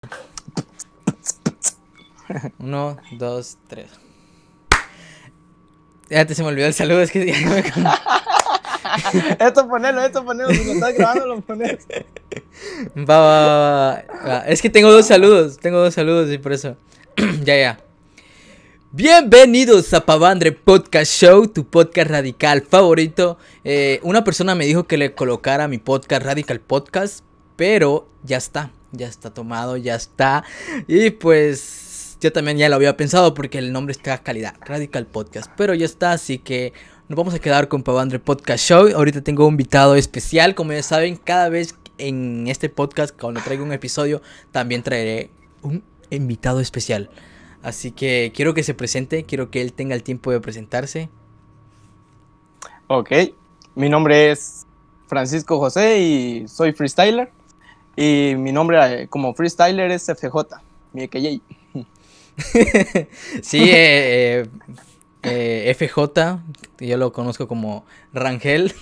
1, 2, 3. Ya se me olvidó el saludo, es que Esto ponelo, si lo estás grabando lo pones. Va. Es que tengo dos saludos y por eso. Ya. Bienvenidos a Pavandre Podcast Show, tu podcast radical favorito. Una persona me dijo que le colocara mi podcast Radical Podcast, pero ya está tomado, ya está. Y pues yo también ya lo había pensado porque el nombre está calidad, Radical Podcast, pero ya está, así que nos vamos a quedar con Pavandre Podcast Show. Ahorita tengo un invitado especial, como ya saben, cada vez en este podcast, cuando traiga un episodio, también traeré un invitado especial. Así que quiero que se presente, quiero que él tenga el tiempo de presentarse. Ok, mi nombre es Francisco José y soy freestyler. Y mi nombre como freestyler es FJ, mi AKJ. Sí, FJ, yo lo conozco como Rangel.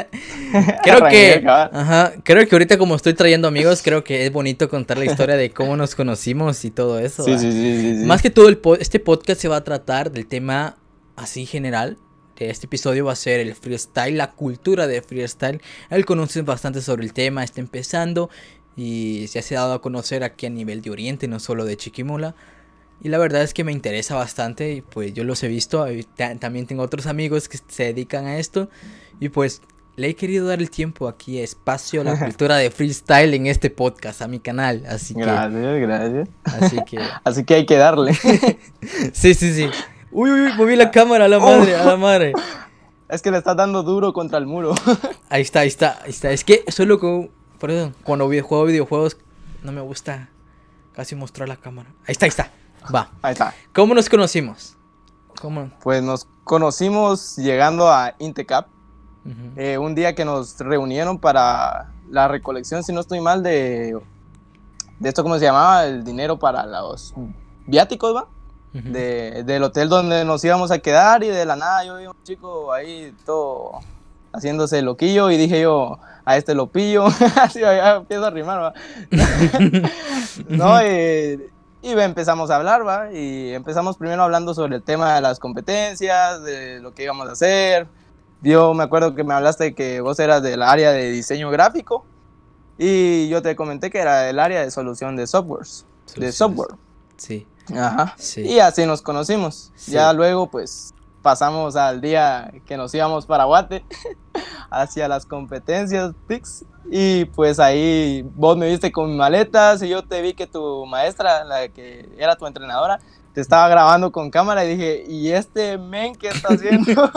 Creo que ahorita como estoy trayendo amigos, creo que es bonito contar la historia de cómo nos conocimos y todo eso. Sí. Más que todo este podcast se va a tratar del tema así general. Este episodio va a ser el freestyle, la cultura de freestyle. Él conoce bastante sobre el tema, está empezando y se ha dado a conocer aquí a nivel de Oriente, no solo de Chiquimula. Y la verdad es que me interesa bastante y pues yo los he visto. También tengo otros amigos que se dedican a esto y pues le he querido dar el tiempo aquí, espacio a la cultura de freestyle en este podcast, a mi canal. Así que Gracias. Así que hay que darle. Sí. Uy, moví la cámara a la madre. Es que le estás dando duro contra el muro. Ahí está. Es que solo por eso, cuando juego videojuegos no me gusta casi mostrar la cámara. Ahí está. Va. Ahí está. ¿Cómo nos conocimos? Pues nos conocimos llegando a Intecap. Un día que nos reunieron para la recolección, si no estoy mal, de esto, ¿cómo se llamaba? El dinero para los viáticos, ¿va? Del hotel donde nos íbamos a quedar, y de la nada yo vi un chico ahí todo haciéndose loquillo y dije yo, a este lo pillo. Así ya empiezo a rimar, ¿va? No, y empezamos a hablar, ¿va? Y empezamos primero hablando sobre el tema de las competencias, de lo que íbamos a hacer. Yo me acuerdo que me hablaste que vos eras del área de diseño gráfico y yo te comenté que era del área de solución de softwares. De software. Sí. Ajá. Sí. Y así nos conocimos. Sí. Ya luego pues pasamos al día que nos íbamos para Guate hacia las competencias PIX, y pues ahí vos me viste con mis maletas y yo te vi que tu maestra, la que era tu entrenadora, te estaba grabando con cámara y dije, ¿y este men qué está haciendo?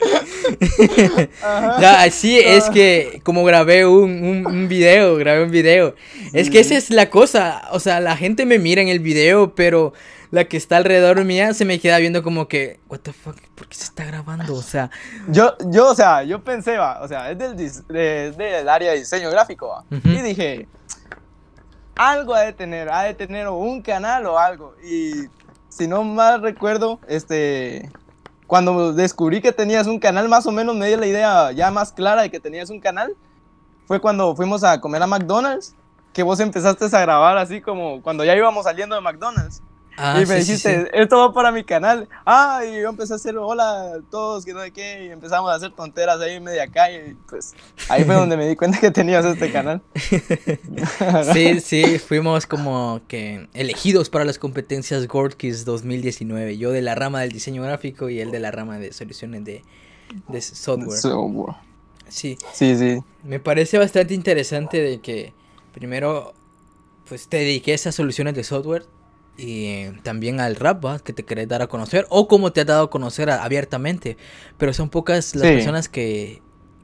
Ya, sí, es que como grabé un video, es que esa es la cosa, o sea, la gente me mira en el video, pero la que está alrededor mía se me queda viendo como que, what the fuck, ¿por qué se está grabando? O sea, yo pensé, va, o sea, es del área de diseño gráfico, va, y dije, algo ha de tener o un canal o algo, y si no mal recuerdo, cuando descubrí que tenías un canal, más o menos me dio la idea ya más clara de que tenías un canal. Fue cuando fuimos a comer a McDonald's, que vos empezaste a grabar así como cuando ya íbamos saliendo de McDonald's. Y me dijiste, sí. Esto va para mi canal. Y yo empecé a hacer hola a todos, que no sé qué, y empezamos a hacer tonteras ahí en media calle. Y pues ahí fue donde me di cuenta que tenías este canal. Sí, fuimos como que elegidos para las competencias Gorkis 2019. Yo de la rama del diseño gráfico y él de la rama de soluciones de software. Sí. Me parece bastante interesante de que primero pues te dediques a soluciones de software y también al rap, ¿va? Que te querés dar a conocer, o como te has dado a conocer abiertamente, pero son pocas las personas que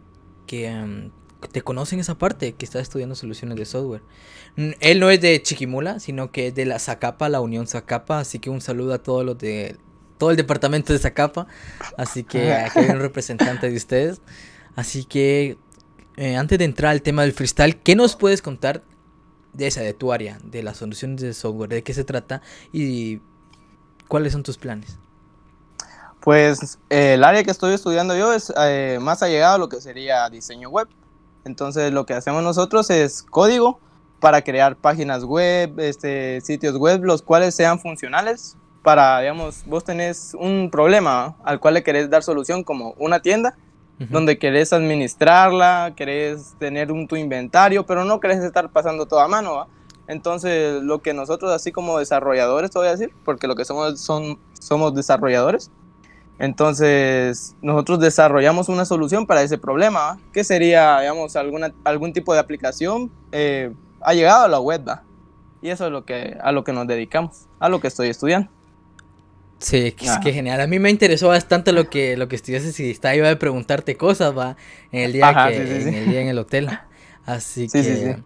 te conocen esa parte, que estás estudiando soluciones de software. Él no es de Chiquimula, sino que es de la Zacapa, la Unión Zacapa, así que un saludo a todos los de todo el departamento de Zacapa, así que aquí hay un representante de ustedes. Así que antes de entrar al tema del freestyle, ¿qué nos puedes contar de tu área, de las soluciones de software, de qué se trata y cuáles son tus planes? Pues el área que estoy estudiando yo es más allegado a lo que sería diseño web. Entonces lo que hacemos nosotros es código para crear páginas web, sitios web, los cuales sean funcionales para, digamos, vos tenés un problema al cual le querés dar solución, como una tienda, donde querés administrarla, querés tener tu inventario, pero no querés estar pasando todo a mano, ¿va? Entonces, lo que nosotros, así como desarrolladores, te voy a decir, porque lo que somos desarrolladores, entonces nosotros desarrollamos una solución para ese problema, ¿va? Que sería, digamos, algún tipo de aplicación ha llegado a la web, ¿va? Y eso es a lo que nos dedicamos, a lo que estoy estudiando. Sí, qué genial. A mí me interesó bastante lo que estudiaste y iba a preguntarte cosas, va, en el día en el hotel. Así que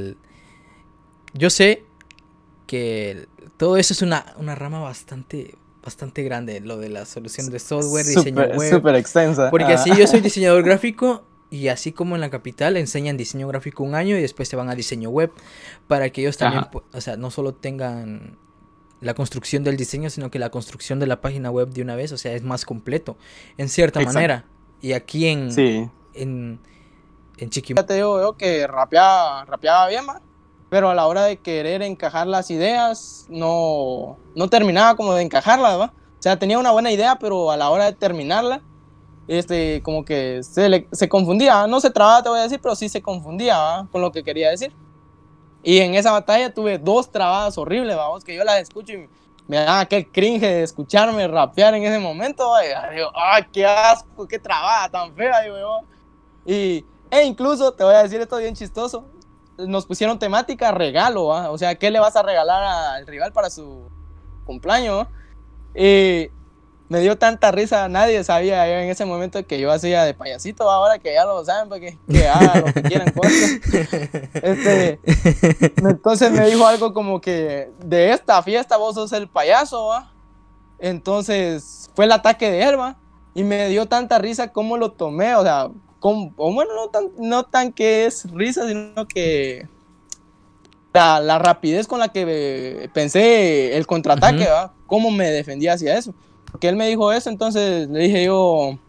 yo sé que todo eso es una rama bastante grande, lo de la solución de software, diseño web. Súper extensa. Porque así yo soy diseñador gráfico y así como en la capital enseñan diseño gráfico un año y después se van a diseño web para que ellos también, o sea, no solo tengan la construcción del diseño, sino que la construcción de la página web de una vez, o sea, es más completo, en cierta manera. Y aquí en Chiquimula. Ya te digo yo que rapeaba bien, ¿va? Pero a la hora de querer encajar las ideas, no terminaba como de encajarlas, ¿va? O sea, tenía una buena idea, pero a la hora de terminarla, como que se confundía. No se trababa, te voy a decir, pero sí se confundía, ¿va? Con lo que quería decir. Y en esa batalla tuve 2 trabadas horribles, vamos, que yo las escucho y me da aquel cringe de escucharme rapear en ese momento, ¿va? Y digo, ¡ay, qué asco, qué trabada tan fea! Digo yo. E incluso, te voy a decir esto bien chistoso, nos pusieron temática regalo, ¿va? O sea, ¿qué le vas a regalar al rival para su cumpleaños? Y me dio tanta risa, nadie sabía yo en ese momento que yo hacía de payasito, ahora que ya lo saben, porque que hagan lo que quieran con entonces me dijo algo como que de esta fiesta vos sos el payaso, ¿va? Entonces fue el ataque de él, ¿va? Y me dio tanta risa como lo tomé, o sea, bueno, no tan que es risa, sino que la rapidez con la que pensé el contraataque, ¿va? Cómo me defendía hacia eso. Porque él me dijo eso, entonces le dije yo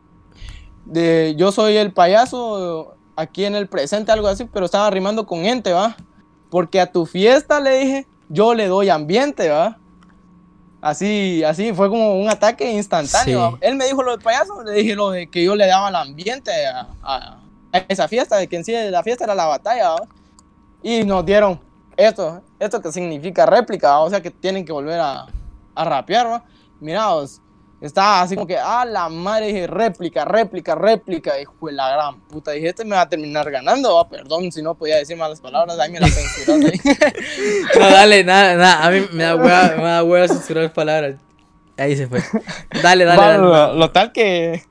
soy el payaso aquí en el presente, algo así, pero estaba rimando con ente, ¿va? Porque a tu fiesta, le dije, yo le doy ambiente, ¿va? Así fue como un ataque instantáneo. Sí. Él me dijo lo del payaso, le dije lo de que yo le daba el ambiente a esa fiesta, de que en sí la fiesta era la batalla, ¿va? Y nos dieron esto que significa réplica, ¿va? O sea que tienen que volver a rapear, ¿va? Miraos, estaba así como que, la madre, dije, réplica, hijo de la gran puta, dije, me va a terminar ganando, ¿va? Perdón si no podía decir malas palabras, ahí me la censuraron. No, dale, nada, a mí me da hueva censurar palabras, ahí se fue, dale. Lo tal que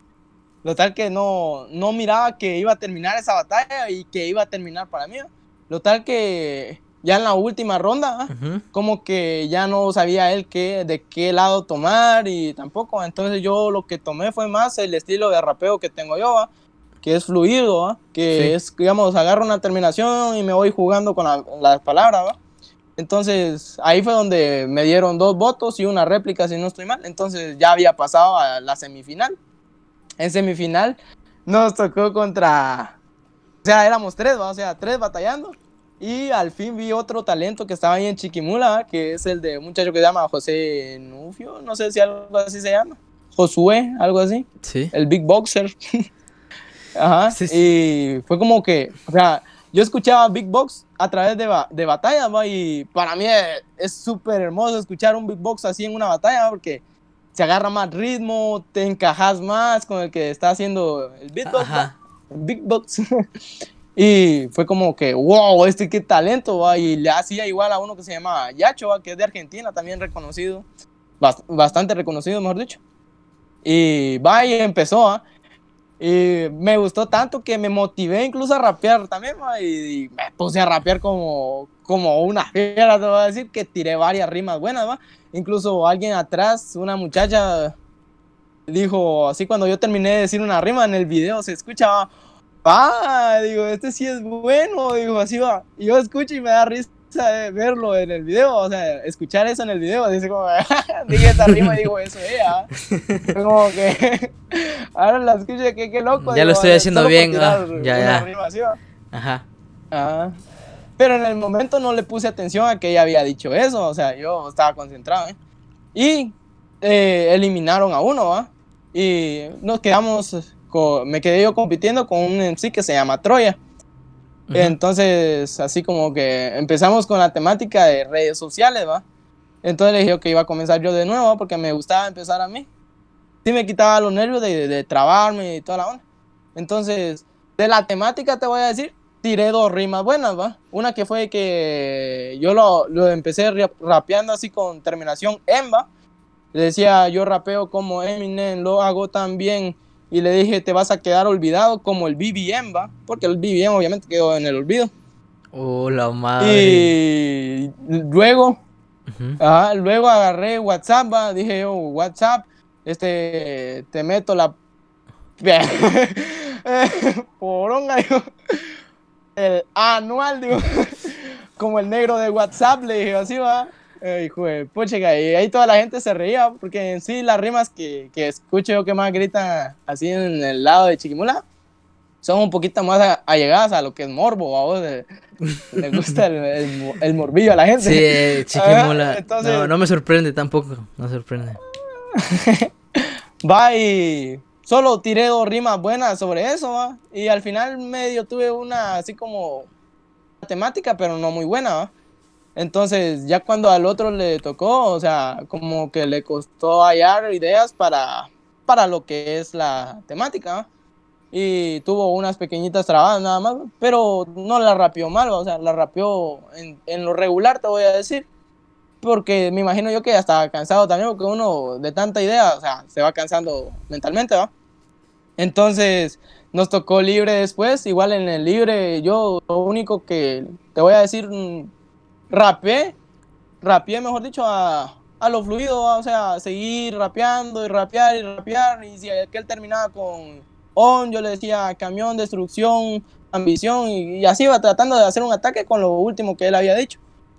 no miraba que iba a terminar esa batalla y que iba a terminar para mí, lo tal que ya en la última ronda, como que ya no sabía él de qué lado tomar y tampoco. Entonces yo lo que tomé fue más el estilo de rapeo que tengo yo, ¿va? Que es fluido, ¿va? Que es, digamos, agarro una terminación y me voy jugando con las palabras, ¿va? Entonces ahí fue donde me dieron 2 votos y una réplica, si no estoy mal. Entonces ya había pasado a la semifinal. En semifinal nos tocó contra... O sea, éramos 3, ¿va? O sea, 3 batallando. Y al fin vi otro talento que estaba ahí en Chiquimula, que es el de un muchacho que se llama José Nufio, no sé si algo así se llama. Josué, algo así. Sí. El Big Boxer. Ajá. Sí. Y fue como que, o sea, yo escuchaba Big Box a través de batallas, ¿va? Y para mí es súper hermoso escuchar un Big Box así en una batalla, ¿va? Porque se agarra más ritmo, te encajas más con el que está haciendo el beatbox, el Big Box. Y fue como que, wow, qué talento, ¿va? Y le hacía igual a uno que se llama Yacho, ¿va? Que es de Argentina, también reconocido, bastante reconocido, mejor dicho. Y va, y empezó, ¿va? Y me gustó tanto que me motivé incluso a rapear también, ¿va? Y me puse a rapear como una fiera, te voy a decir, que tiré varias rimas buenas, ¿va? Incluso alguien atrás, una muchacha, dijo, así cuando yo terminé de decir una rima en el video, se escuchaba... digo, sí es bueno, digo, así va. Y yo escucho y me da risa de verlo en el video, o sea, escuchar eso en el video, dice como, dije esa rima y digo, eso es, como que, ahora la escucho, qué loco. Ya digo, lo estoy haciendo bien, ya. Rima, ¿sí, va? Ajá. Pero en el momento no le puse atención a que ella había dicho eso, o sea, yo estaba concentrado, ¿eh? Y eliminaron a uno, ¿va? Y nos quedamos, me quedé yo compitiendo con un MC que se llama Troya. Entonces, así como que empezamos con la temática de redes sociales, ¿va? Entonces le dije que iba a comenzar yo de nuevo porque me gustaba empezar a mí. Sí me quitaba los nervios de trabarme y toda la onda. Entonces, de la temática te voy a decir, tiré 2 rimas buenas, ¿va? Una que fue que yo lo empecé rapeando así con terminación en, ¿va? Le decía, yo rapeo como Eminem, lo hago tan bien. Y le dije, te vas a quedar olvidado como el BBM, ¿va? Porque el BBM obviamente quedó en el olvido. Oh, la madre. Y luego, luego agarré WhatsApp, ¿va? Dije yo, WhatsApp, te meto la... poronga, digo. El anual, digo. Como el negro de WhatsApp, le dije así, va. Hijo de puchica, y ahí toda la gente se reía, porque en sí las rimas que escucho yo que más gritan así en el lado de Chiquimula son un poquito más allegadas a lo que es morbo, a vos le gusta el morbillo a la gente. Sí, Chiquimula. Entonces, no me sorprende tampoco, no sorprende. Va, y solo tiré 2 rimas buenas sobre eso, va. Y al final medio tuve una así como temática, pero no muy buena, va. Entonces, ya cuando al otro le tocó, o sea, como que le costó hallar ideas para lo que es la temática, ¿no? Y tuvo unas pequeñitas trabadas nada más, pero no la rapeó mal, o sea, la rapeó en lo regular, te voy a decir, porque me imagino yo que ya estaba cansado también, porque uno de tanta idea, o sea, se va cansando mentalmente, ¿va? Entonces, nos tocó libre después, igual en el libre, yo lo único que te voy a decir... rapeé, mejor dicho, a lo fluido, o sea, seguir rapeando y rapear y rapear, y si aquel terminaba con on, yo le decía camión, destrucción, ambición, y así iba tratando de hacer un ataque con lo último que él había dicho.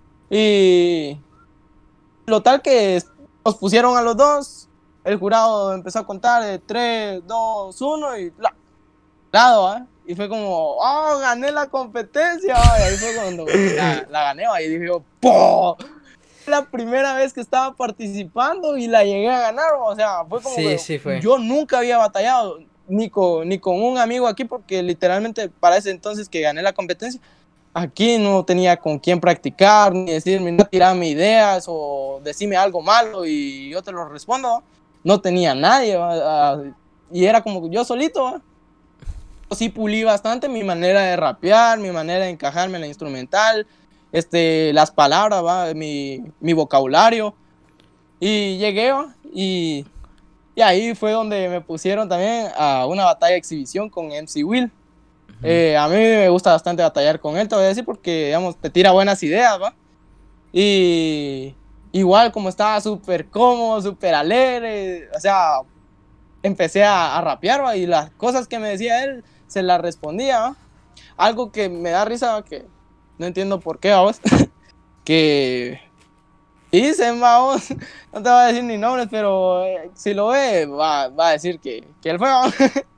Y lo tal que nos pusieron a los dos, el jurado empezó a contar de 3, 2, 1 y lado, ¿eh? Y fue como, oh, gané la competencia. Y ahí fue cuando la gané. Y dije yo, ¡po! La primera vez que estaba participando y la llegué a ganar. O sea, fue como que sí fue. Yo nunca había batallado ni con un amigo aquí, porque literalmente para ese entonces que gané la competencia, aquí no tenía con quién practicar, ni decirme, no tirarme ideas o decirme algo malo y yo te lo respondo. No tenía nadie, y era como yo solito, ¿va? Sí pulí bastante mi manera de rapear, mi manera de encajarme en la instrumental, las palabras, ¿va? Mi vocabulario. Y llegué, ¿va? Y ahí fue donde me pusieron también a una batalla de exhibición con MC Will. A mí me gusta bastante batallar con él, te voy a decir, porque, digamos, te tira buenas ideas, ¿va? Y igual como estaba súper cómodo, súper alegre, o sea, empecé a rapear, ¿va? Y las cosas que me decía él se las respondía, ¿va? Algo que me da risa, ¿va? Que no entiendo por qué, vamos, que dicen, vamos, no te voy a decir ni nombres, pero si lo ve, va a decir que él fue, ¿va?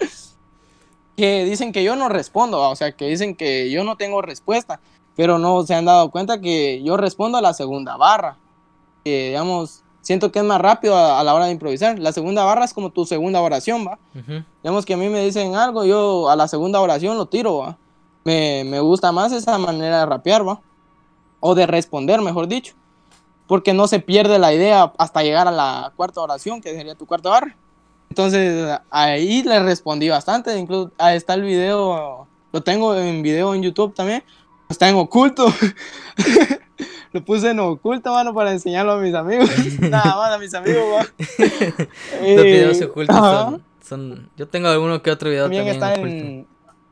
Que dicen que yo no respondo, ¿va? O sea, que dicen que yo no tengo respuesta, pero no se han dado cuenta que yo respondo a la segunda barra, que, digamos, siento que es más rápido a la hora de improvisar. La segunda barra es como tu segunda oración, ¿va? Digamos que a mí me dicen algo, yo a la segunda oración lo tiro, ¿va? Me gusta más esa manera de rapear, ¿va? O de responder, mejor dicho, porque no se pierde la idea hasta llegar a la cuarta oración, que sería tu cuarta barra. Entonces ahí le respondí bastante, incluso ahí está el video, lo tengo en video en YouTube también, está en oculto. Lo puse en oculto, mano, para enseñarlo a mis amigos. Nada más a mis amigos, Los videos ocultos son... Yo tengo alguno que otro video también está oculto.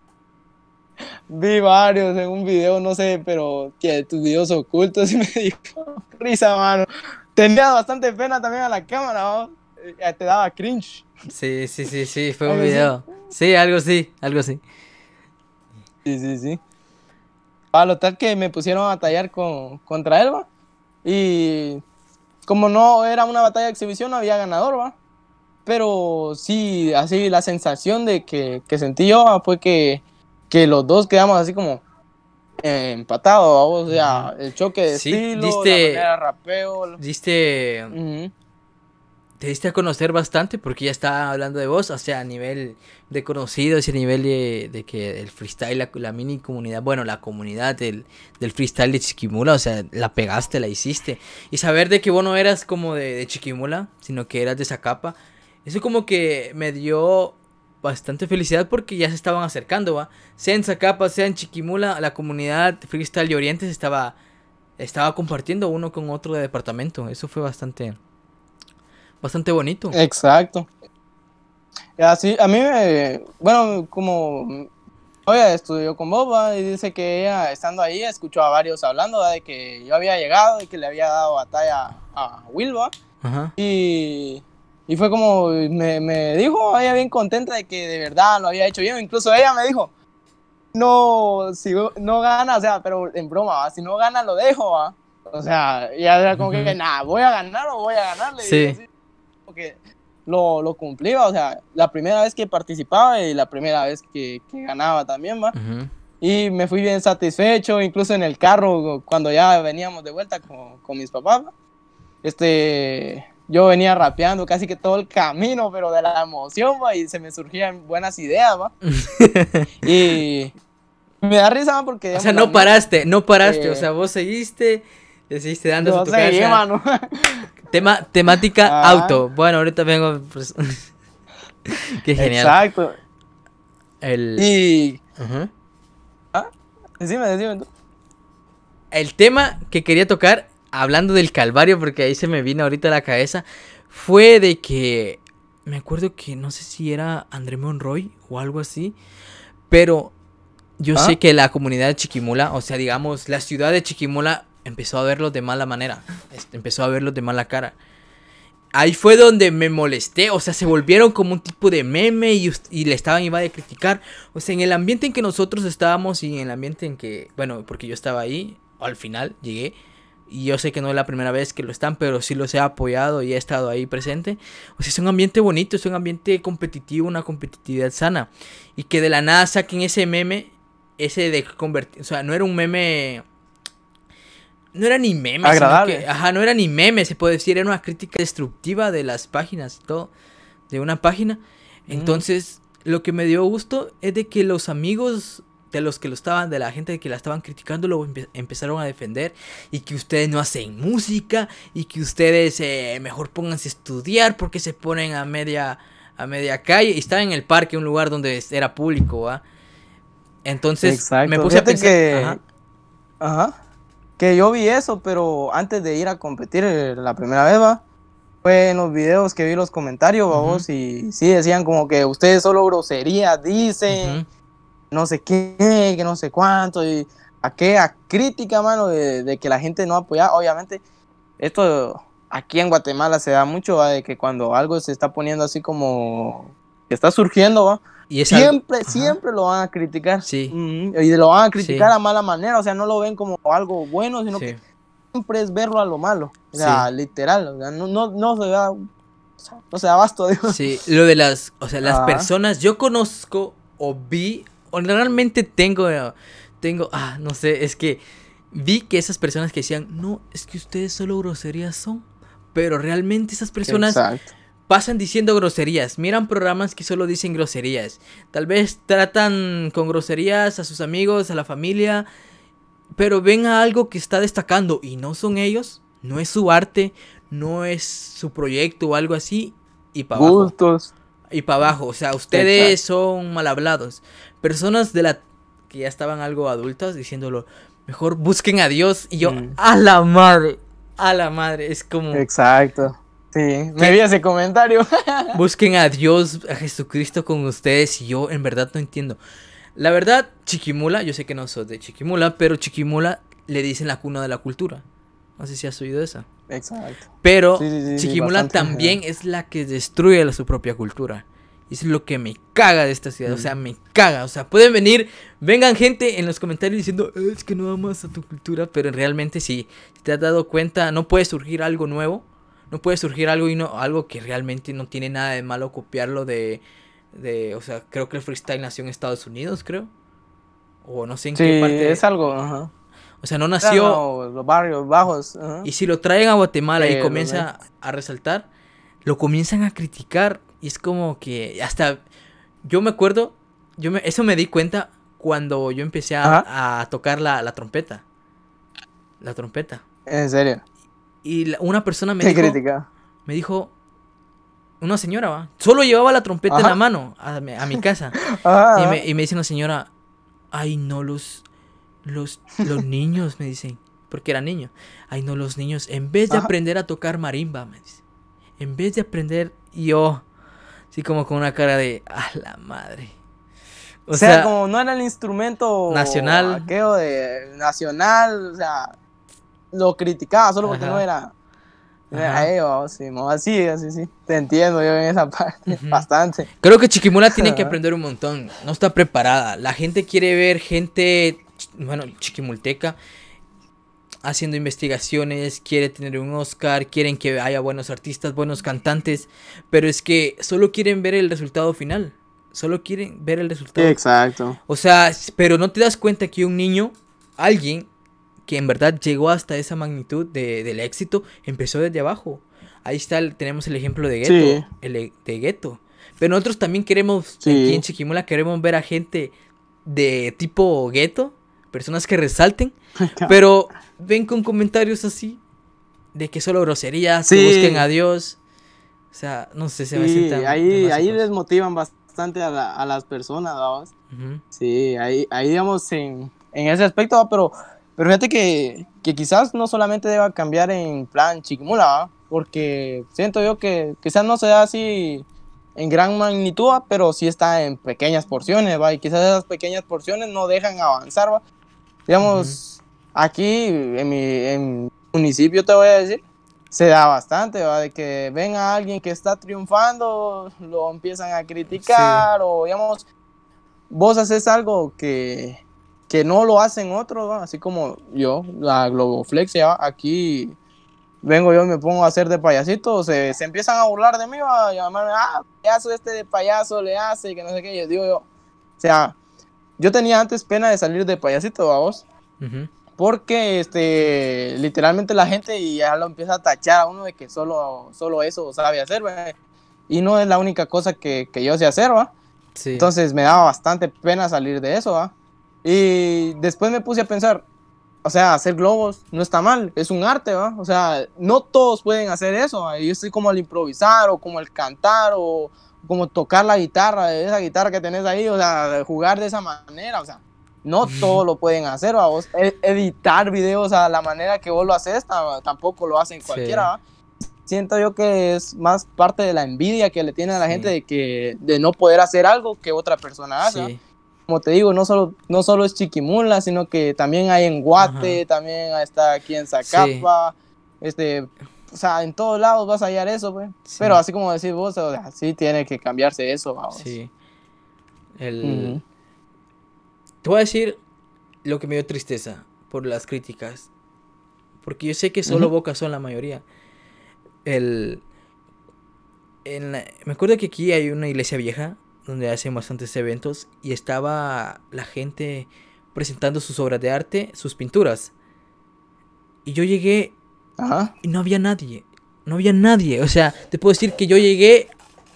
Vi varios en un video, no sé, pero que tus videos ocultos, y me dio risa, mano. Tenía bastante pena también a la cámara, ¿no? Te daba cringe. Sí, fue un video. Sí, algo así. Sí. A lo tal que me pusieron a batallar contra él, ¿va? Y como no era una batalla de exhibición, no había ganador, ¿va? Pero sí, así la sensación de que sentí yo, ¿va? Fue que los dos quedamos así como empatado, o sea, el choque de estilo, la manera de rapeo. Te diste a conocer bastante porque ya estaba hablando de vos, o sea, a nivel de conocidos y a nivel de que el freestyle, la mini comunidad, bueno, la comunidad del freestyle de Chiquimula, o sea, la pegaste, la hiciste. Y saber de que vos no eras como de Chiquimula, sino que eras de Zacapa, eso como que me dio bastante felicidad porque ya se estaban acercando, ¿va? Sea en Zacapa, sea en Chiquimula, la comunidad freestyle de Oriente estaba compartiendo uno con otro de departamento. Eso fue bastante bonito. Exacto. Así, a mí bueno, como ella estudió con Boba y dice que ella estando ahí escuchó a varios hablando, ¿va? De que yo había llegado y que le había dado batalla a Wilba. Ajá. Y fue como, me dijo ella bien contenta de que de verdad lo había hecho bien. Incluso ella me dijo, no, si no gana, o sea, pero en broma, ¿va? Si no gana lo dejo, ¿va? O sea, ya era como que, nada, voy a ganar o voy a ganarle. Sí. Y así, porque lo cumplía, o sea, la primera vez que participaba y la primera vez que ganaba también, ¿va? Y me fui bien satisfecho, incluso en el carro, cuando ya veníamos de vuelta con mis papás, yo venía rapeando casi que todo el camino, pero de la emoción, ¿va? Y se me surgían buenas ideas, ¿va? Y me da risa, ¿va? Porque... Digamos, o sea, no paraste, o sea, vos seguiste dando a tu casa. Mano. Temática auto. Bueno, ahorita vengo. Pues... Qué genial. Exacto. Decime tú. El tema que quería tocar, hablando del Calvario, porque ahí se me vino ahorita a la cabeza, fue de que me acuerdo que no sé si era André Monroy o algo así, pero yo sé que la comunidad de Chiquimula, o sea, digamos, la ciudad de Chiquimula empezó a verlos de mala manera, empezó a verlos de mala cara. Ahí fue donde me molesté, o sea, se volvieron como un tipo de meme y le iba a criticar. O sea, en el ambiente en que nosotros estábamos y en el ambiente en que, bueno, porque yo estaba ahí, al final llegué, y yo sé que no es la primera vez que lo están, pero sí los he apoyado y he estado ahí presente. O sea, es un ambiente bonito, es un ambiente competitivo, una competitividad sana. Y que de la nada saquen ese meme, ese de convertir, o sea, no era un meme... No era ni meme, agradable. Sino que, no era ni meme, se puede decir, era una crítica destructiva de las páginas y todo, de una página. Entonces, lo que me dio gusto es de que los amigos de los que de la gente que la estaban criticando, lo empezaron a defender, y que ustedes no hacen música, y que ustedes mejor pónganse a estudiar porque se ponen a media calle, y estaba en el parque, un lugar donde era público, ¿va? Entonces, exacto. me puse a pensar... Que yo vi eso, pero antes de ir a competir la primera vez, ¿va? Fue en los videos que vi los comentarios, vos, y sí decían como que ustedes solo groserías dicen, no sé qué, que no sé cuánto, y aquella crítica, mano, de que la gente no apoya. Obviamente, esto aquí en Guatemala se da mucho, ¿va? De que cuando algo se está poniendo así como que está surgiendo, ¿va? Y siempre lo van a criticar. Sí. Y lo van a criticar a mala manera, o sea, no lo ven como algo bueno, sino que siempre es verlo a lo malo. O sea, literal, o sea, no se da, no se da abasto, digo. Sí, lo de las personas, yo conozco o vi, o realmente tengo, no sé, es que vi que esas personas que decían, no, es que ustedes solo groserías son, pero realmente esas personas... Exacto. Pasan diciendo groserías, miran programas que solo dicen groserías, tal vez tratan con groserías a sus amigos, a la familia, pero ven a algo que está destacando y no son ellos, no es su arte, no es su proyecto o algo así, y para abajo. Gustos. Y para abajo, o sea, ustedes son mal hablados. Personas que ya estaban algo adultas diciéndolo, mejor busquen a Dios, y yo, a la madre, es como... Exacto. Sí, me vi ese comentario. Busquen a Dios, a Jesucristo con ustedes, y yo en verdad no entiendo. La verdad, Chiquimula, yo sé que no sos de Chiquimula, pero Chiquimula le dicen la cuna de la cultura. No sé si has oído esa. Exacto. Pero Chiquimula también es la que destruye su propia cultura. Y es lo que me caga de esta ciudad, o sea, me caga. O sea, vengan gente en los comentarios diciendo, es que no amas a tu cultura, pero realmente si te has dado cuenta, no puede surgir algo nuevo. No puede surgir algo que realmente no tiene nada de malo copiarlo o sea, creo que el freestyle nació en Estados Unidos, creo. o no sé en qué parte. Es algo, ajá. O sea, no nació. No, los barrios bajos. Ajá. Y si lo traen a Guatemala y comienza a resaltar, lo comienzan a criticar. Y es como que hasta... Yo me acuerdo, eso me di cuenta cuando yo empecé a tocar la trompeta. La trompeta. ¿En serio? Y una persona me dijo, una señora, ¿va? Solo llevaba la trompeta en la mano a mi casa. Y me dice una señora, ay, no, los niños, me dicen, porque era niño. Ay, no, los niños, en vez de aprender a tocar marimba, me dice, en vez de aprender, yo, así como con una cara de, a la madre. O sea, como no era el instrumento nacional. Aquello de nacional, o sea, lo criticaba solo porque no era ellos, sí, así, te entiendo yo en esa parte, bastante. Creo que Chiquimula tiene que aprender un montón, no está preparada. La gente quiere ver gente, bueno, chiquimulteca, haciendo investigaciones, quiere tener un Oscar, quieren que haya buenos artistas, buenos cantantes, pero es que solo quieren ver el resultado final. Solo quieren ver el resultado. Exacto. O sea, pero no te das cuenta que un niño, alguien que en verdad llegó hasta esa magnitud del éxito, empezó desde abajo. Ahí tenemos el ejemplo de Gueto. Sí. De Gueto. Pero nosotros también queremos, aquí en Chiquimula, queremos ver a gente de tipo Gueto, personas que resalten, pero ven con comentarios así, de que solo groserías, que busquen a Dios. O sea, no sé, se me sientan ahí desmotivan bastante a las personas, ¿verdad? Sí, ahí digamos en ese aspecto, pero fíjate que quizás no solamente deba cambiar en plan Chiquimula, ¿va? Porque siento yo que quizás no se da así en gran magnitud, ¿va? Pero sí está en pequeñas porciones, ¿va? Y quizás esas pequeñas porciones no dejan avanzar, ¿va? Digamos, aquí en mi municipio, te voy a decir, se da bastante, ¿va? De que ven a alguien que está triunfando, lo empiezan a criticar, o digamos, vos haces algo que no lo hacen otros, ¿va? Así como yo, la globoflexia, aquí vengo yo y me pongo a hacer de payasito, se empiezan a burlar de mí, ¿va? A llamarme, payaso de payaso le hace, que no sé qué, yo digo yo, o sea, yo tenía antes pena de salir de payasito, ¿va vos? Porque literalmente la gente ya lo empieza a tachar a uno de que solo eso sabe hacer, ¿va? Y no es la única cosa que yo sé hacer, ¿va? Sí. Entonces me daba bastante pena salir de eso, ¿va? Y después me puse a pensar, o sea, hacer globos no está mal, es un arte, ¿va? O sea, no todos pueden hacer eso, ¿va? Yo estoy como el improvisar, o como el cantar, o como tocar la guitarra, esa guitarra que tenés ahí, o sea, jugar de esa manera, o sea, no todos lo pueden hacer, ¿va? Vos editar videos a la manera que vos lo haces, tampoco lo hacen cualquiera, ¿va? Siento yo que es más parte de la envidia que le tiene a la gente de no poder hacer algo que otra persona hace. Sí. Como te digo, no solo es Chiquimula, sino que también hay en Guate, también está aquí en Zacapa, o sea, en todos lados vas a hallar eso, pues. Sí. Pero así como decís vos, o sea, sí tiene que cambiarse eso, vamos. Sí. Te voy a decir lo que me dio tristeza por las críticas, porque yo sé que solo Boca son la mayoría. Me acuerdo que aquí hay una iglesia vieja donde hacen bastantes eventos y estaba la gente presentando sus obras de arte, sus pinturas. Y yo llegué y no había nadie. O sea, te puedo decir que yo llegué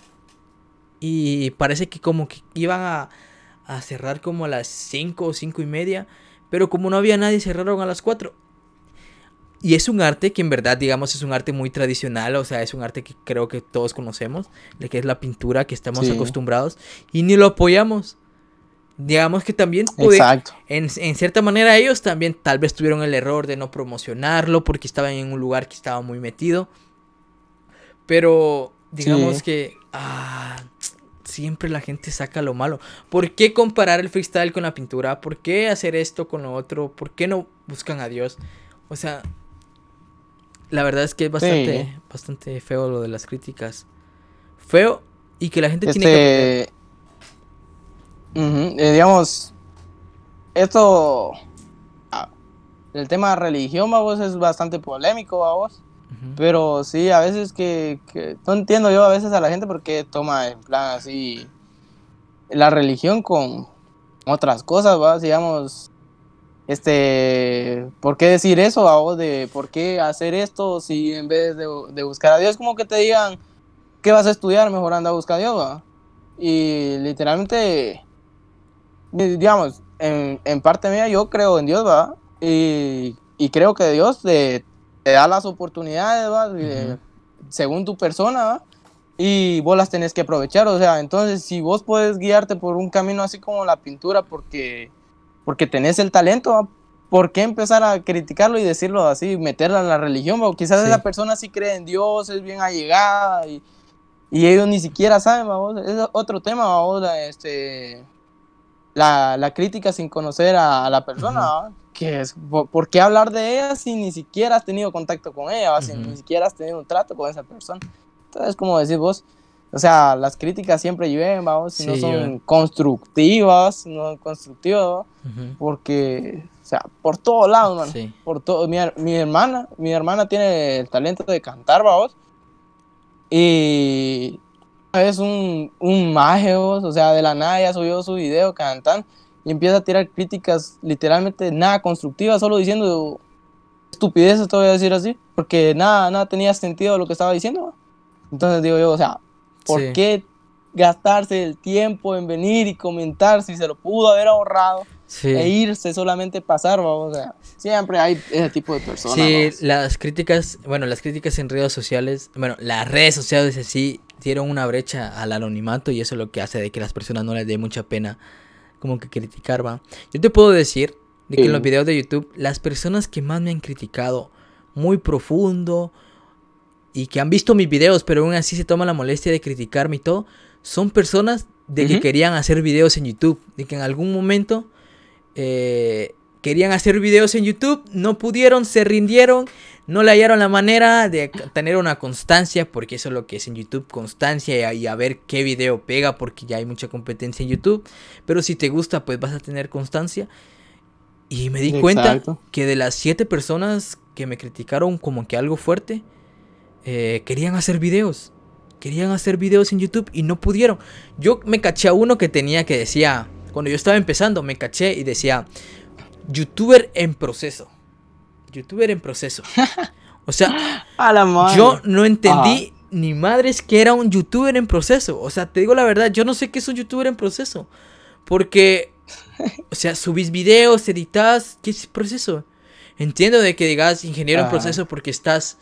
y parece que como que iban a cerrar como a las 5 o 5:30, pero como no había nadie cerraron a las 4. Y es un arte que en verdad, digamos, es un arte muy tradicional, o sea, es un arte que creo que todos conocemos, de que es la pintura, que estamos acostumbrados, y ni lo apoyamos. Digamos que también en cierta manera ellos también tal vez tuvieron el error de no promocionarlo porque estaban en un lugar que estaba muy metido. Pero digamos que siempre la gente saca lo malo. ¿Por qué comparar el freestyle con la pintura? ¿Por qué hacer esto con lo otro? ¿Por qué no buscan a Dios? O sea, la verdad es que es bastante feo lo de las críticas. Feo y que la gente tiene que aprender. Digamos, esto, el tema de religión, vos, es bastante polémico, vos. Pero sí, a veces que no entiendo yo a veces a la gente porque toma en plan así la religión con otras cosas, ¿va? Digamos, ¿por qué decir eso, ¿va? De por qué hacer esto si en vez de buscar a Dios, como que te digan, ¿qué vas a estudiar? Mejor anda a buscar a Dios, ¿va? Y literalmente, digamos, en parte mía yo creo en Dios, ¿va? Y creo que Dios te da las oportunidades, ¿va? Según tu persona, ¿va? Y vos las tenés que aprovechar, o sea, entonces si vos puedes guiarte por un camino así como la pintura porque tenés el talento, ¿va? ¿Por qué empezar a criticarlo y decirlo así, meterla en la religión? ¿Va? Quizás esa persona sí cree en Dios, es bien allegada y ellos ni siquiera saben, ¿va? Es otro tema, ¿va? La crítica sin conocer a la persona, ¿va? Que es, ¿por qué hablar de ella si ni siquiera has tenido contacto con ella, ¿va? Si ni siquiera has tenido un trato con esa persona? Entonces, como decís vos, o sea, las críticas siempre llueven, vamos, si no son constructivas, porque, o sea, por todos lados, man, por todo. Mi hermana tiene el talento de cantar, vamos, y es un maje, vos, o sea, de la nada ya subió su video cantando y empieza a tirar críticas literalmente nada constructivas, solo diciendo estupideces, te voy a decir así, porque nada tenía sentido lo que estaba diciendo, ¿va? Entonces digo yo, o sea, ¿por qué gastarse el tiempo en venir y comentar si se lo pudo haber ahorrado e irse solamente pasar, vamos? O sea, siempre hay ese tipo de personas. Sí, vamos. Las críticas en redes sociales, las redes sociales así dieron una brecha al anonimato y eso es lo que hace de que las personas no les dé mucha pena como que criticar, ¿va? Yo te puedo decir de que en los videos de YouTube, las personas que más me han criticado muy profundo y que han visto mis videos, pero aún así se toman la molestia de criticarme y todo, son personas de que querían hacer videos en YouTube, de que en algún momento querían hacer videos en YouTube, no pudieron, se rindieron, no le hallaron la manera de tener una constancia, porque eso es lo que es en YouTube, constancia y a ver qué video pega, porque ya hay mucha competencia en YouTube, pero si te gusta, pues vas a tener constancia. Y me di cuenta que de las 7 personas que me criticaron como que algo fuerte, querían hacer videos en YouTube y no pudieron. Yo me caché a uno que decía, cuando yo estaba empezando, me caché y decía, YouTuber en proceso. O sea, yo no entendí ni madres que era un YouTuber en proceso. O sea, te digo la verdad, yo no sé qué es un YouTuber en proceso. Porque, o sea, subís videos, editas, ¿qué es el proceso? Entiendo de que digas ingeniero en proceso porque estás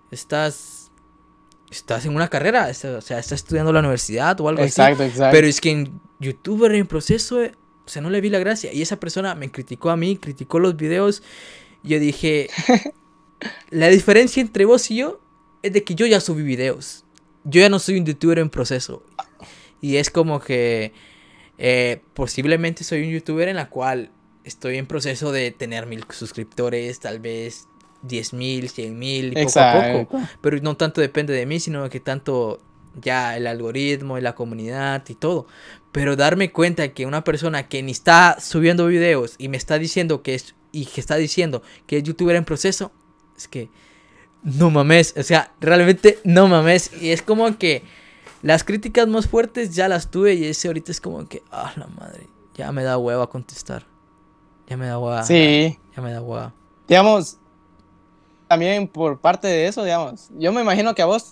en una carrera, o sea, estás estudiando en la universidad o algo así. Exacto. Pero es que en YouTuber en proceso, o sea, no le vi la gracia. Y esa persona me criticó a mí, criticó los videos. Yo dije, la diferencia entre vos y yo es de que yo ya subí videos. Yo ya no soy un YouTuber en proceso. Y es como que posiblemente soy un YouTuber en la cual estoy en proceso de tener 1000 suscriptores, tal vez 10,000, 100,000 y poco a poco. Pero no tanto depende de mí, sino que tanto ya el algoritmo y la comunidad y todo. Pero darme cuenta que una persona que ni está subiendo videos y me está diciendo que es YouTuber en proceso, es que no mames, o sea, realmente no mames. Y es como que las críticas más fuertes ya las tuve y ese ahorita es como que, la madre, ya me da hueva contestar. Ya me da hueva. Sí. Ya me da hueva. Digamos, también por parte de eso, digamos, yo me imagino que a vos,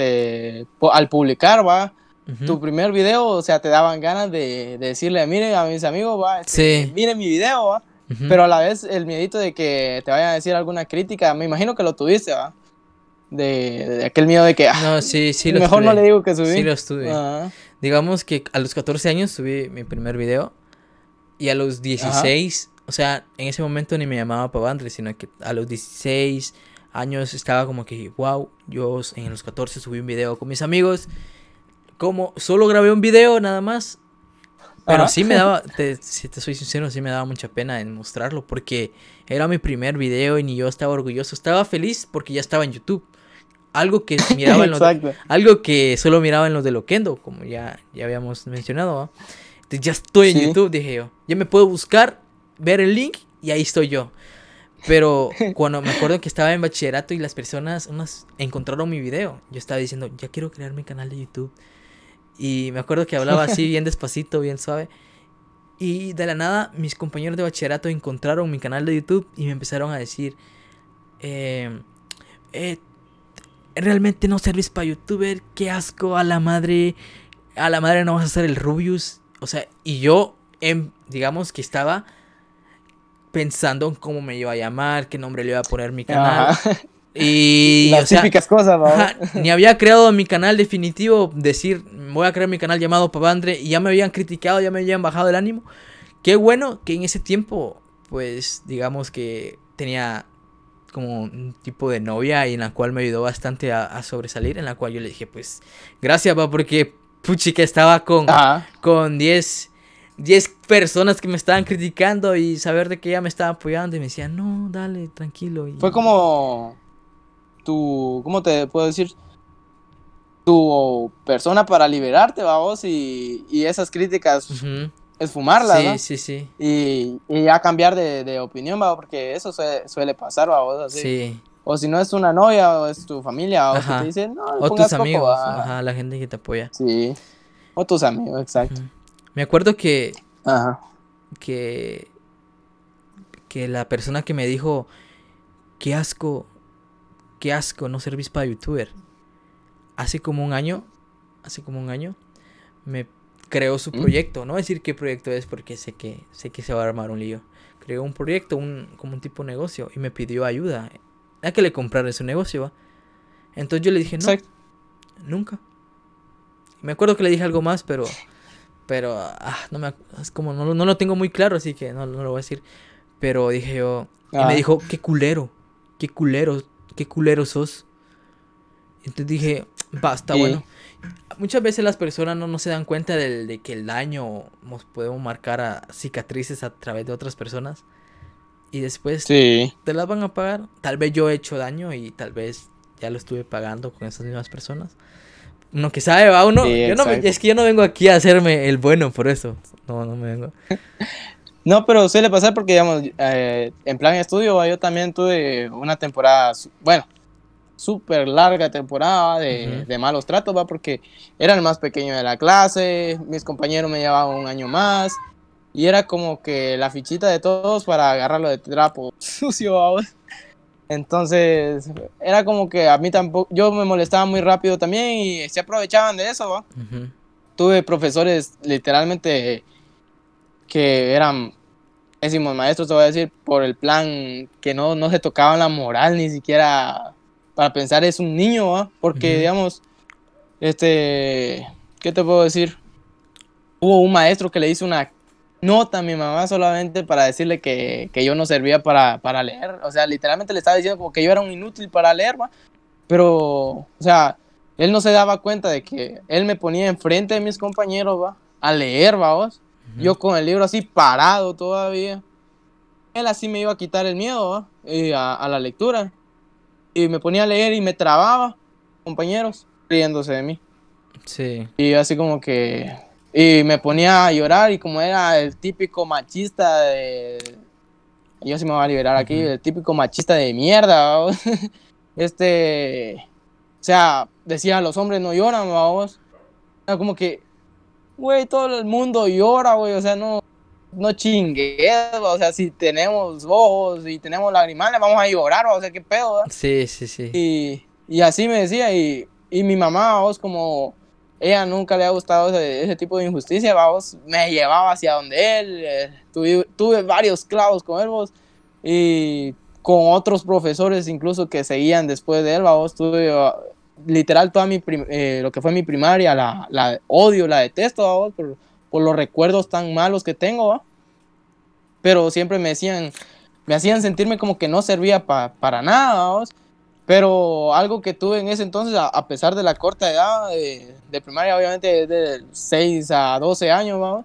al publicar, va, tu primer video, o sea, te daban ganas de decirle, miren a mis amigos, va, miren mi video, va, pero a la vez el miedito de que te vayan a decir alguna crítica, me imagino que lo tuviste, va, de aquel miedo de que, no, sí lo mejor estuve. No le digo que subí. Sí lo estuve. Digamos que a los 14 años subí mi primer video y a los 16... O sea, en ese momento ni me llamaba Pavandre, sino que a los 16 años estaba como que, wow, yo en los 14 subí un video con mis amigos. Como solo grabé un video nada más. Pero sí me daba, si te soy sincero, sí me daba mucha pena en mostrarlo. Porque era mi primer video y ni yo estaba orgulloso. Estaba feliz porque ya estaba en YouTube. Algo que miraba algo que solo miraba en los de Loquendo, como ya habíamos mencionado, ¿no? Entonces ya estoy en YouTube, dije yo. Ya me puedo buscar, ver el link y ahí estoy yo. Pero cuando me acuerdo que estaba en bachillerato y las personas, unas encontraron mi video, yo estaba diciendo, ya quiero crear mi canal de YouTube. Y me acuerdo que hablaba así bien despacito, bien suave. Y de la nada, mis compañeros de bachillerato encontraron mi canal de YouTube y me empezaron a decir, realmente no servís para youtuber, qué asco, a la madre no vas a hacer el Rubius. O sea, y yo, digamos que estaba pensando en cómo me iba a llamar, qué nombre le iba a poner a mi canal. Ajá. Y las típicas cosas, ¿va? Ni había creado mi canal definitivo, decir, voy a crear mi canal llamado Pavandre, y ya me habían criticado, ya me habían bajado el ánimo. Qué bueno que en ese tiempo, pues, digamos que tenía como un tipo de novia y en la cual me ayudó bastante a sobresalir, en la cual yo le dije, pues, gracias, va, porque puchica estaba con 10 personas que me estaban criticando y saber de que ella me estaba apoyando y me decía, no, dale, tranquilo. Y... fue como ¿cómo te puedo decir? Tu persona para liberarte, vamos, y esas críticas, esfumarlas, sí, ¿no? Sí. Y ya cambiar de opinión, vamos, porque eso suele pasar, vamos, así. Sí. O si no es una novia o es tu familia, o que te dicen, no, o tus amigos, la gente que te apoya. Sí, o tus amigos, exacto. Me acuerdo que la persona que me dijo, qué asco, no servís para youtuber. Hace como un año, me creó su proyecto. No voy a decir qué proyecto es porque sé que se va a armar un lío. Creó un proyecto, como un tipo de negocio, y me pidió ayuda a que le comprara su negocio, ¿va? Entonces yo le dije, no, nunca. Me acuerdo que le dije algo más, pero es como no lo tengo muy claro, así que no lo voy a decir. Pero dije yo, y me dijo, qué culero sos. Entonces dije, basta, bueno. Muchas veces las personas no se dan cuenta de que el daño nos podemos marcar a cicatrices a través de otras personas. Y después te las van a pagar. Tal vez yo he hecho daño y tal vez ya lo estuve pagando con esas mismas personas. Uno que sabe, va uno. Es que yo no vengo aquí a hacerme el bueno por eso. No me vengo. No, pero suele pasar porque, digamos, en plan estudio, yo también tuve una temporada, súper larga temporada de malos tratos, ¿va? Porque era el más pequeño de la clase, mis compañeros me llevaban un año más, y era como que la fichita de todos para agarrarlo de trapo sucio, ¿va? Entonces, era como que a mí tampoco, yo me molestaba muy rápido también y se aprovechaban de eso, ¿va? Tuve profesores literalmente que eran pésimos maestros, te voy a decir, por el plan que no se tocaban la moral ni siquiera para pensar es un niño, ¿va? Porque, digamos, ¿qué te puedo decir? Hubo un maestro que le hizo una nota a mi mamá solamente para decirle que yo no servía para leer. O sea, literalmente le estaba diciendo como que yo era un inútil para leer, ¿va? Pero, o sea, él no se daba cuenta de que él me ponía enfrente de mis compañeros, ¿va? A leer, ¿va vos? Yo con el libro así parado todavía. Él así me iba a quitar el miedo, ¿va? A la lectura. Y me ponía a leer y me trababa, compañeros, riéndose de mí. Sí. Y así como que... Y me ponía a llorar y como era el típico machista de... Yo sí me voy a liberar aquí, el típico machista de mierda, ¿va? O sea, decía, los hombres no lloran, vamos. Era como que, güey, todo el mundo llora, güey, o sea, no chingues, o sea, si tenemos ojos y tenemos lagrimales, vamos a llorar, o sea, qué pedo, ¿verdad? Sí. Y así me decía, y mi mamá, vos, como ella nunca le ha gustado ese tipo de injusticia, vos, me llevaba hacia donde él, tuve varios clavos con él, vos, y con otros profesores incluso que seguían después de él, vos, tuve literal toda lo que fue mi primaria, la odio, la detesto, vos, por los recuerdos tan malos que tengo, ¿va? Pero siempre me hacían sentirme como que no servía para nada, ¿vamos? Pero algo que tuve en ese entonces, a pesar de la corta edad de primaria, obviamente de 6 a 12 años, ¿vamos?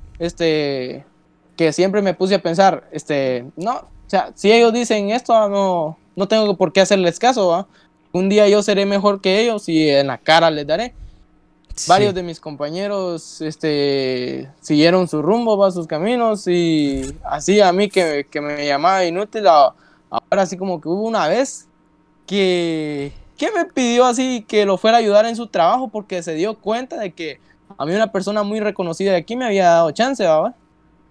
Que siempre me puse a pensar, no, o sea, si ellos dicen esto, no tengo por qué hacerles caso, ¿va? Un día yo seré mejor que ellos y en la cara les daré. Sí. Varios de mis compañeros siguieron su rumbo, va, sus caminos, y así a mí que me llamaba inútil, ahora así como que hubo una vez que me pidió así que lo fuera a ayudar en su trabajo porque se dio cuenta de que a mí una persona muy reconocida de aquí me había dado chance, ¿va?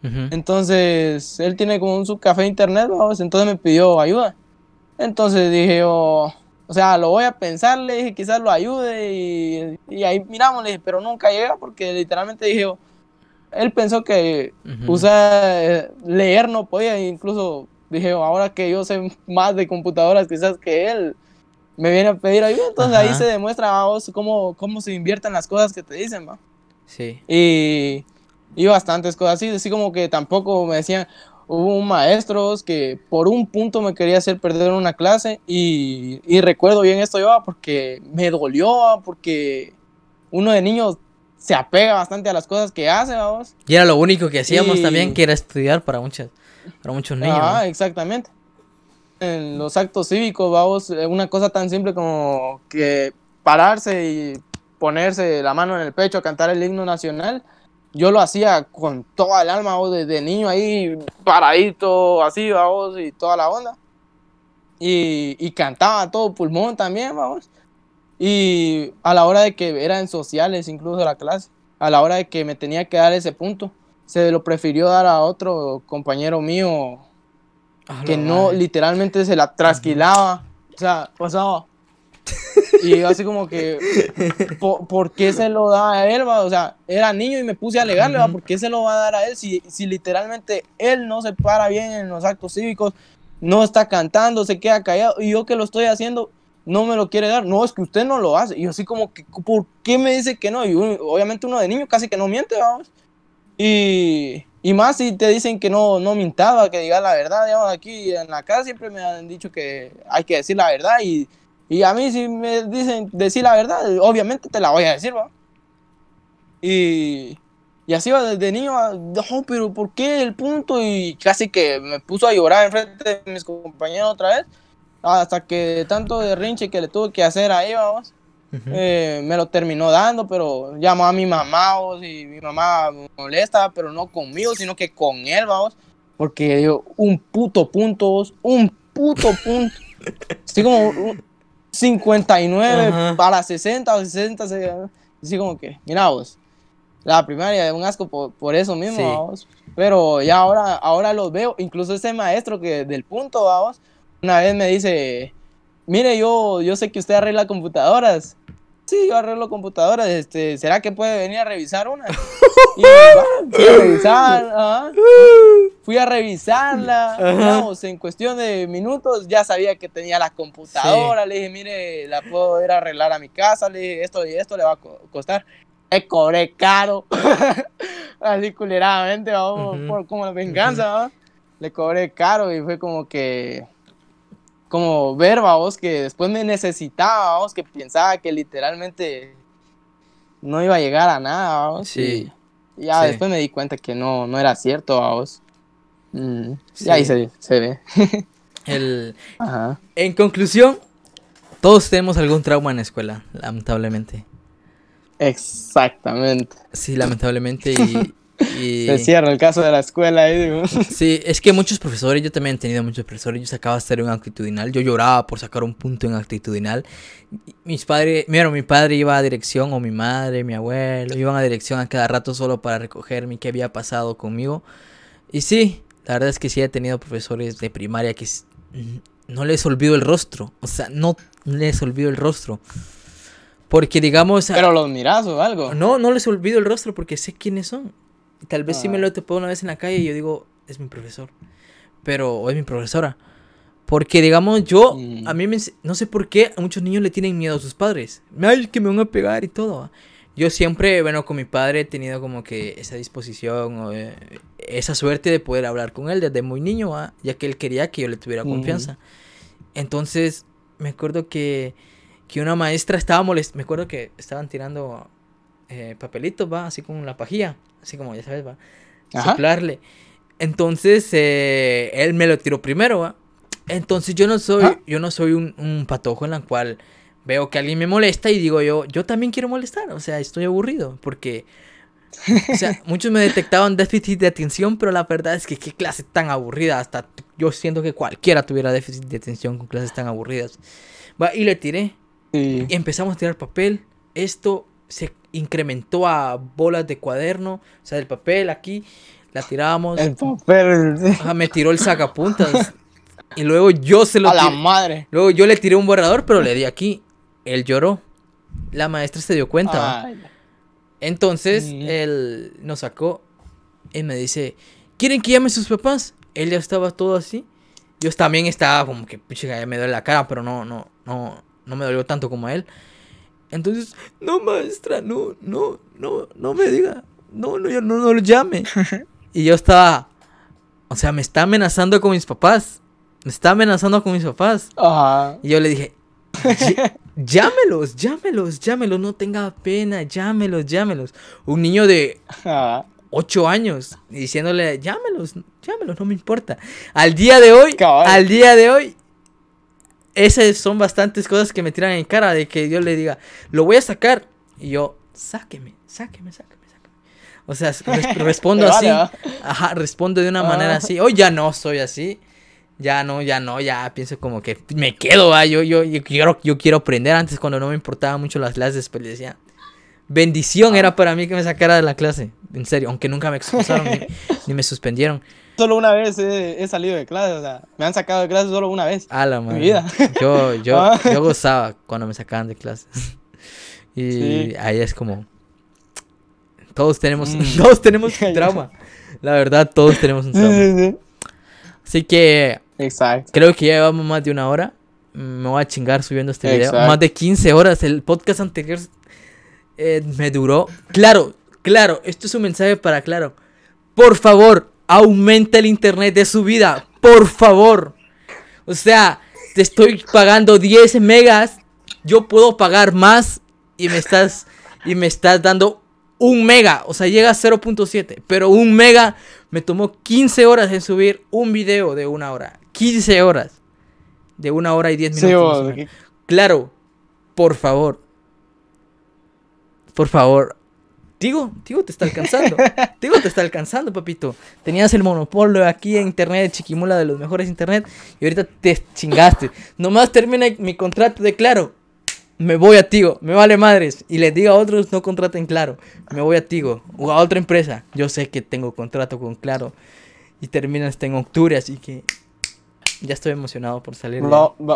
Entonces, él tiene como un subcafé de internet, vamos, entonces me pidió ayuda. Entonces dije yo, o sea, lo voy a pensar, le dije, quizás lo ayude y ahí miramos, le dije, pero nunca llega porque literalmente dije yo, él pensó que leer no podía, incluso dije yo, ahora que yo sé más de computadoras quizás que él, me viene a pedir ayuda, entonces ahí se demuestra a vos cómo se invierten las cosas que te dicen, ¿va? Sí. Y bastantes cosas así como que tampoco me decían, hubo maestros que por un punto me quería hacer perder una clase y recuerdo bien esto yo porque me dolió, porque uno de niños se apega bastante a las cosas que hace, vamos. Y era lo único que hacíamos también, que era estudiar para muchos niños. Ah, exactamente. En los actos cívicos, vamos, una cosa tan simple como que pararse y ponerse la mano en el pecho a cantar el himno nacional. Yo lo hacía con toda el alma, vos, desde niño ahí paradito, así, vamos, y toda la onda. Y cantaba a todo pulmón también, vamos. Y a la hora de que eran sociales, incluso la clase, a la hora de que me tenía que dar ese punto, se lo prefirió dar a otro compañero mío que no, literalmente se la trasquilaba. O sea, pasaba. Y yo así como que, ¿por qué se lo da a él? Va? O sea, era niño y me puse a alegarle, ¿va? ¿Por qué se lo va a dar a él si literalmente él no se para bien en los actos cívicos, no está cantando, se queda callado y yo que lo estoy haciendo no me lo quiere dar? No, es que usted no lo hace. Y yo así como que, ¿por qué me dice que no? Y obviamente uno de niño casi que no miente, vamos. Y más si te dicen que no mintaba, que digas la verdad, digamos, aquí en la casa siempre me han dicho que hay que decir la verdad y a mí si me dicen decir la verdad, obviamente te la voy a decir, ¿va? Y así va desde niño, no, pero ¿por qué el punto? Y casi que me puso a llorar enfrente de mis compañeros otra vez, hasta que tanto derrinche que le tuve que hacer ahí, vamos. Me lo terminó dando, pero llamó a mi mamá, vos, y mi mamá me molesta, pero no conmigo, sino que con él, vamos, porque dio un puto punto, vos, un puto punto. Así como 59 para 60 o 60, así como que, mira vos, la primaria es un asco por eso mismo, sí. Vamos, pero ya ahora los veo, incluso ese maestro que del punto, vamos, una vez me dice, mire, yo sé que usted arregla computadoras. Sí, yo arreglo computadoras, ¿será que puede venir a revisar una? Y fui a revisarla, digamos, en cuestión de minutos ya sabía que tenía la computadora, sí. Le dije, mire, la puedo ir a arreglar a mi casa, le dije, esto y esto le va a costar. Me cobré caro, así culeradamente, vamos, por como la venganza, ¿va? Le cobré caro y fue como que... como ver, vos, que después me necesitaba, vos, que pensaba que literalmente no iba a llegar a nada, vos. Sí. Y ya sí. Después me di cuenta que no era cierto, vos. Sí. Y ahí se ve. En conclusión, todos tenemos algún trauma en la escuela, lamentablemente. Exactamente. Sí, lamentablemente y se cierra el caso de la escuela ahí, digo. Sí, es que muchos profesores, yo también he tenido muchos profesores, yo sacaba hasta un actitudinal, yo lloraba por sacar un punto en actitudinal. Mi padre iba a dirección, o mi madre, mi abuelo, iban a dirección a cada rato solo para recogerme qué había pasado conmigo. Y sí, la verdad es que sí he tenido profesores de primaria que no les olvido el rostro, o sea, no les olvido el rostro. Porque digamos... ¿Pero los mirás o algo? No les olvido el rostro porque sé quiénes son. Tal vez sí me lo he topado una vez en la calle y yo digo, es mi profesor. O es mi profesora. Porque, digamos, a mí no sé por qué a muchos niños le tienen miedo a sus padres. Ay, que me van a pegar y todo. Yo siempre, con mi padre he tenido como que esa disposición, esa suerte de poder hablar con él desde muy niño, ya que él quería que yo le tuviera confianza. Entonces, me acuerdo que una maestra estaba molesta. Me acuerdo que estaban tirando papelitos, así con la pajilla. Así como, ya sabes, soplarle. Entonces, él me lo tiró primero, Entonces, yo no soy un patojo en la cual veo que alguien me molesta y digo yo también quiero molestar. O sea, estoy aburrido porque... O sea, muchos me detectaban déficit de atención, pero la verdad es que qué clase tan aburrida. Hasta yo siento que cualquiera tuviera déficit de atención con clases tan aburridas. Y le tiré. Sí. Y empezamos a tirar papel. Esto se incrementó a bolas de cuaderno, o sea, del papel aquí. la tirábamos. El papel. Me tiró el sacapuntas. Y luego yo se lo tiré. A la madre. Luego yo le tiré un borrador, pero le di aquí. Él lloró. La maestra se dio cuenta. Entonces, él nos sacó y me dice, ¿quieren que llame a sus papás? Él ya estaba todo así. Yo también estaba como que, ya me duele la cara, pero no me dolió tanto como a él. Entonces, no, maestra, no me diga. No lo llame. Y yo estaba, o sea, me está amenazando con mis papás. Ajá. Y yo le dije, llámelos, no tenga pena, llámelos. Un niño de 8 años diciéndole, llámelos, no me importa. Al día de hoy, esas son bastantes cosas que me tiran en cara de que yo le diga, lo voy a sacar. Y yo, sáqueme. O sea, respondo así. Ajá, respondo de una manera así. Hoy ya no soy así. Ya pienso como que me quedo, yo quiero aprender. Antes, cuando no me importaban mucho las clases, después le decía, bendición era para mí que me sacara de la clase, en serio, aunque nunca me expulsaron ni me suspendieron. Solo una vez he salido de clase, o sea, me han sacado de clase solo una vez en mi vida. Yo gozaba cuando me sacaban de clases. Y sí. Ahí es como, todos tenemos un trauma. La verdad, todos tenemos un trauma. Sí. Así que exacto. Creo que ya llevamos más de 1 hora. Me voy a chingar subiendo este video. Más de 15 horas. El podcast anterior me duró. Claro. Esto es un mensaje para Claro. Por favor, aumenta el internet de su vida. Por favor. O sea, te estoy pagando 10 megas. Yo puedo pagar más. Y me estás dando 1 mega. O sea, llega a 0.7. Pero 1 mega me tomó 15 horas en subir un video de 1 hora. 15 horas. De 1 hora y 10 minutos. Sí, Claro. Por favor. Tigo te está alcanzando. Papito. Tenías el monopolio aquí en internet, Chiquimula, de los mejores internet. Y ahorita te chingaste. Nomás termina mi contrato de Claro. Me voy a Tigo, me vale madres. Y les digo a otros, no contraten Claro. Me voy a Tigo o a otra empresa. Yo sé que tengo contrato con Claro. Y termina hasta en octubre, así que ya estoy emocionado por salir.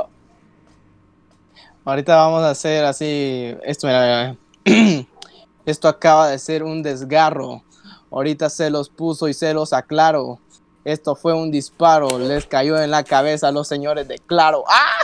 Ahorita vamos a hacer así. Mira. Esto acaba de ser un desgarro. Ahorita se los puso y se los aclaro. Esto fue un disparo. Les cayó en la cabeza a los señores de Claro. ¡Ah!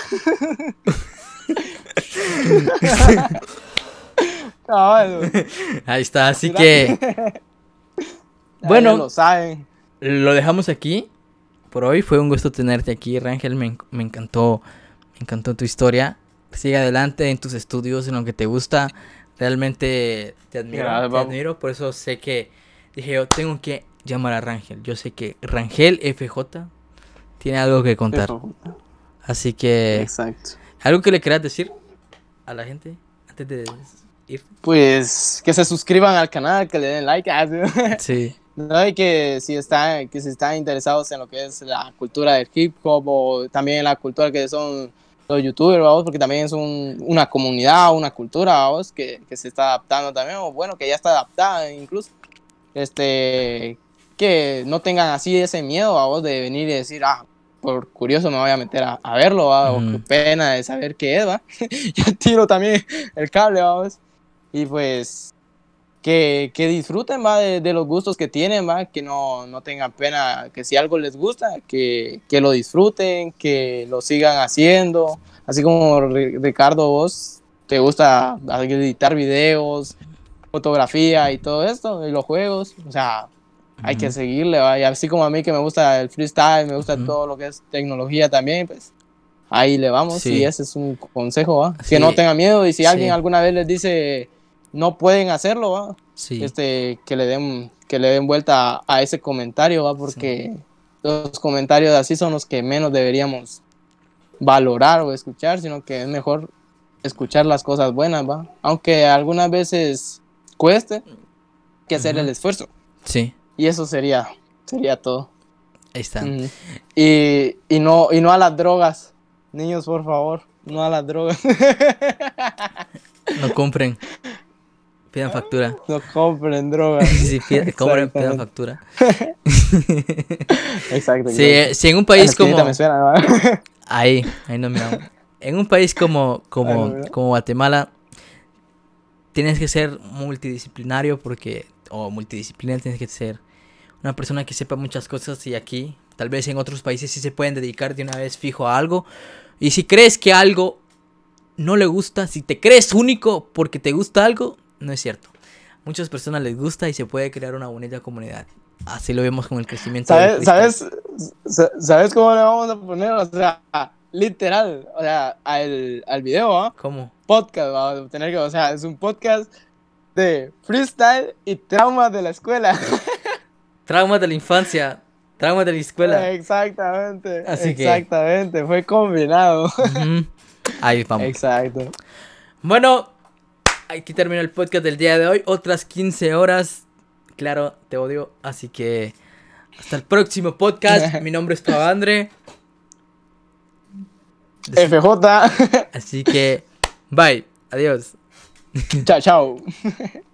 Ahí está, así que bueno, lo saben. Lo dejamos aquí por hoy. Fue un gusto tenerte aquí, Rangel. Me encantó tu historia. Sigue adelante en tus estudios, en lo que te gusta. Realmente te admiro. Por eso sé que dije, yo tengo que llamar a Rangel. Yo sé que Rangel FJ tiene algo que contar. Así que exacto. ¿Algo que le quieras decir a la gente antes de ir? Pues que se suscriban al canal, que le den like. Sí. No, y que si están interesados en lo que es la cultura del hip hop o también la cultura que son los youtubers, ¿vamos? Porque también es una comunidad, una cultura, ¿vamos? Que se está adaptando también, o bueno, que ya está adaptada incluso. Que no tengan así ese miedo, ¿vamos? De venir y decir, por curioso me voy a meter a verlo, ¿va? O qué pena de saber qué es, ¿va? Yo tiro también el cable, vamos. Y pues que disfruten, ¿va? De los gustos que tienen, ¿va? Que no tengan pena, que si algo les gusta, que lo disfruten, que lo sigan haciendo. Así como Ricardo, vos te gusta editar videos, fotografía y todo esto, y los juegos, o sea, hay que seguirle, ¿va? Y así como a mí que me gusta el freestyle, me gusta todo lo que es tecnología también, pues ahí le vamos. Sí. Y ese es un consejo, ¿va? Sí. Que no tengan miedo, y si alguien alguna vez les dice no pueden hacerlo, ¿va? Sí. Que le den vuelta a ese comentario, ¿va? Porque los comentarios así son los que menos deberíamos valorar o escuchar, sino que es mejor escuchar las cosas buenas, ¿va? Aunque algunas veces cueste, que hacer el esfuerzo. Sí. Y eso sería todo. Ahí está. Y no a las drogas. Niños, por favor, no a las drogas. No compren. Pidan factura. No compren drogas. Sí, pidan factura. Exacto. Sí, si en un país como... Me suena, ¿no? Ahí no me hago. En un país como Guatemala, tienes que ser multidisciplinario o multidisciplinario, tienes que ser una persona que sepa muchas cosas, y aquí, tal vez en otros países sí se pueden dedicar de una vez fijo a algo. Y si crees que algo no le gusta, si te crees único porque te gusta algo, no es cierto. Muchas personas les gusta y se puede crear una bonita comunidad. Así lo vemos con el crecimiento. ¿Sabes cómo le vamos a poner? O sea, literal, o sea, al video, ¿eh? ¿Cómo? Podcast, vamos a tener que, o sea, es un podcast de freestyle y traumas de la escuela. Traumas de la infancia, traumas de la escuela. Exactamente. Exactamente, fue combinado. Uh-huh. Ahí vamos. Exacto. Bueno, aquí terminó el podcast del día de hoy. Otras 15 horas. Claro, te odio. Así que hasta el próximo podcast. Mi nombre es Pavandre. FJ. Así que bye. Adiós. Chao, chao.